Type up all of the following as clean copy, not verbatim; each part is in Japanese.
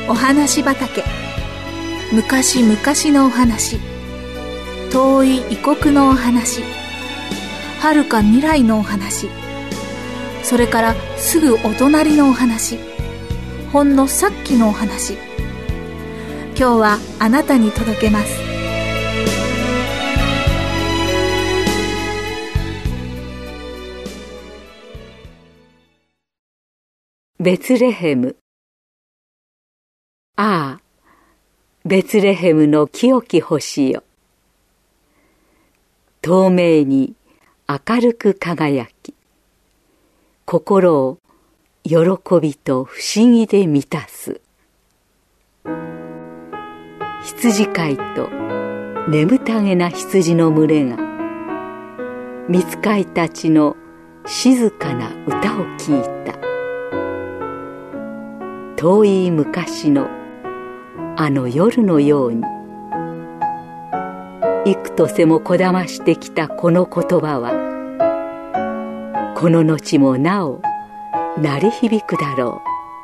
お話畑。昔々のお話、遠い異国のお話、遥か未来のお話、それからすぐお隣のお話、ほんのさっきのお話。今日はあなたに届けます。 ベツレヘム。ああ、ベツレヘムの清き星よ。透明に明るく輝き、心を喜びと不思議で満たす。羊飼いと眠たげな羊の群れが、御使いたちの静かな歌を聞いた。遠い昔のあの夜のように、幾とせもこだましてきたこの言葉は、この後もなお鳴り響くだろ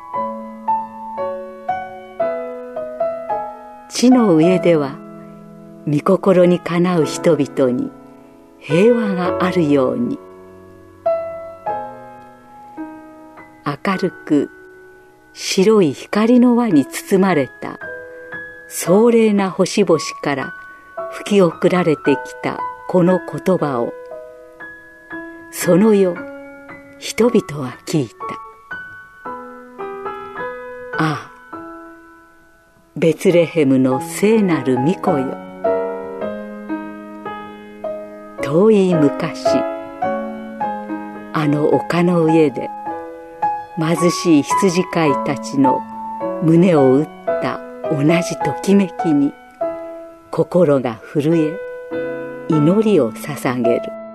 う。地の上では御心にかなう人々に平和があるように、明るく白い光の輪に包まれた壮麗な星々から吹き送られてきたこの言葉を、その夜人々は聞いた。ああ、ベツレヘムの聖なる御子よ。遠い昔、あの丘の上で貧しい羊飼いたちの胸を打った同じときめきに、心が震え祈りを捧げる。